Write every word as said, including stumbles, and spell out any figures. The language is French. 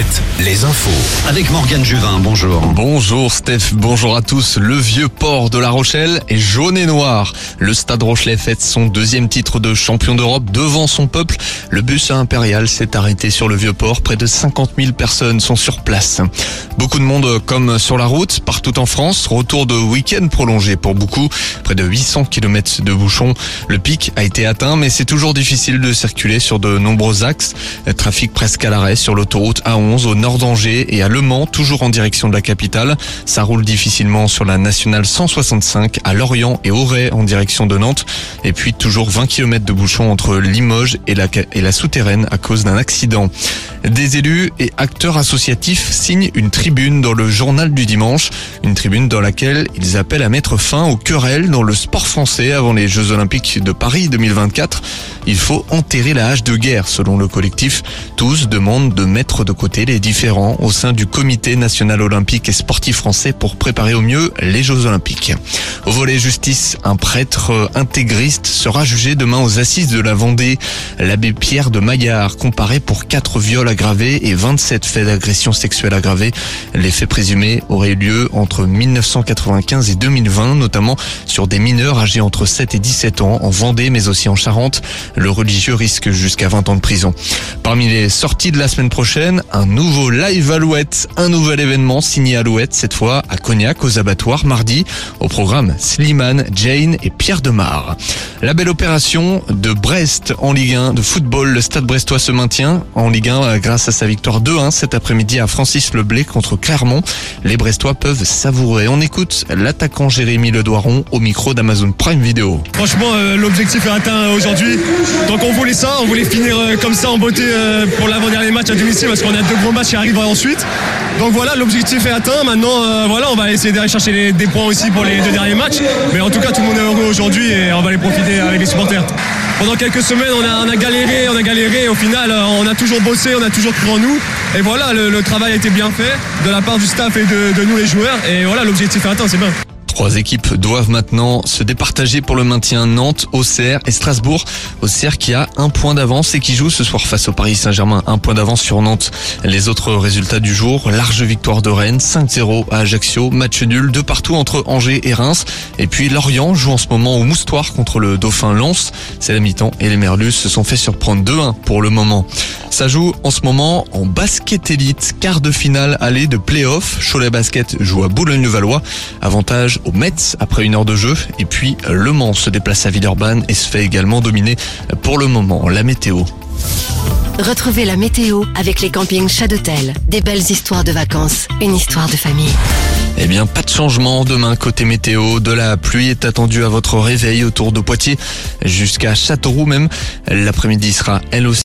Alouette, les infos. Avec Morgane Juvin, bonjour. Bonjour Steph, bonjour à tous. Le vieux port de La Rochelle est jaune et noir. Le Stade Rochelais fête son deuxième titre de champion d'Europe devant son peuple. Le bus impérial s'est arrêté sur le vieux port. Près de cinquante mille personnes sont sur place. Beaucoup de monde comme sur la route, partout en France. Retour de week-end prolongé pour beaucoup. Près de huit cents kilomètres de bouchons. Le pic a été atteint, mais c'est toujours difficile de circuler sur de nombreux axes. Trafic presque à l'arrêt sur l'autoroute A onze au nord d'Angers et à Le Mans, toujours en direction de la capitale. Ça roule difficilement sur la nationale cent soixante-cinq à Lorient et Auray en direction de Nantes. Et puis toujours vingt kilomètres de bouchons entre Limoges et la, et la souterraine à cause d'un accident. Des élus et acteurs associatifs signent une tribune dans le journal du dimanche. Une tribune dans laquelle ils appellent à mettre fin aux querelles dans le sport français avant les Jeux Olympiques de Paris deux mille vingt-quatre. Il faut enterrer la hache de guerre, selon le collectif. Tous demandent de mettre de côté les différends au sein du Comité national olympique et sportif français pour préparer au mieux les Jeux Olympiques. Au volet justice, un prêtre intégriste sera jugé demain aux assises de la Vendée. L'abbé Pierre de Maillard, comparé pour quatre viols aggravés et vingt-sept faits d'agression sexuelle aggravée. Les faits présumés auraient eu lieu entre mille neuf cent quatre-vingt-quinze et deux mille vingt, notamment sur des mineurs âgés entre sept et dix-sept ans en Vendée, mais aussi en Charente. Le religieux risque jusqu'à vingt ans de prison. Parmi les sorties de la semaine prochaine, un nouveau live Alouette, un nouvel événement signé Alouette, cette fois à Cognac, aux abattoirs, mardi. Au programme, Slimane, Jane et Pierre Demar. La belle opération de Brest en Ligue un de football. Le Stade brestois se maintient en Ligue un grâce à sa victoire deux un cet après-midi à Francis Leblay contre Clermont. Les Brestois peuvent savourer. On écoute l'attaquant Jérémy Ledoiron au micro d'Amazon Prime Video. Franchement, euh, l'objectif est atteint aujourd'hui. Donc on voulait ça, on voulait finir euh, comme ça en beauté euh, pour l'avant-dernier match à domicile parce qu'on a deux gros matchs qui arrivent ensuite. Donc voilà, l'objectif est atteint. Maintenant, euh, voilà, on va essayer d'aller chercher les, des points aussi pour les deux derniers matchs. Mais en tout cas, tout le monde est heureux aujourd'hui et on va les profiter avec les supporters. Pendant quelques semaines, on a, on a galéré, on a galéré. Et au final, on a toujours bossé, on a toujours cru en nous. Et voilà, le, le travail a été bien fait de la part du staff et de, de nous les joueurs. Et voilà, l'objectif est atteint, c'est bien. Trois équipes doivent maintenant se départager pour le maintien. Nantes, Auxerre et Strasbourg. Auxerre qui a un point d'avance et qui joue ce soir face au Paris Saint-Germain. Un point d'avance sur Nantes. Les autres résultats du jour, large victoire de Rennes, cinq zéro à Ajaccio, match nul de partout entre Angers et Reims. Et puis Lorient joue en ce moment au Moustoir contre le Dauphin Lens. C'est la mi-temps et les Merlus se sont fait surprendre deux un pour le moment. Ça joue en ce moment en basket élite, quart de finale aller de play-off. Cholet Basket joue à Boulogne-le-Valois. Avantage au Metz après une heure de jeu. Et puis Le Mans se déplace à Villeurbanne et se fait également dominer pour le moment. La météo. Retrouvez la météo avec les campings Châteautel. Des belles histoires de vacances, une histoire de famille. Eh bien, pas de changement demain côté météo. De la pluie est attendue à votre réveil autour de Poitiers jusqu'à Châteauroux même. L'après-midi sera elle aussi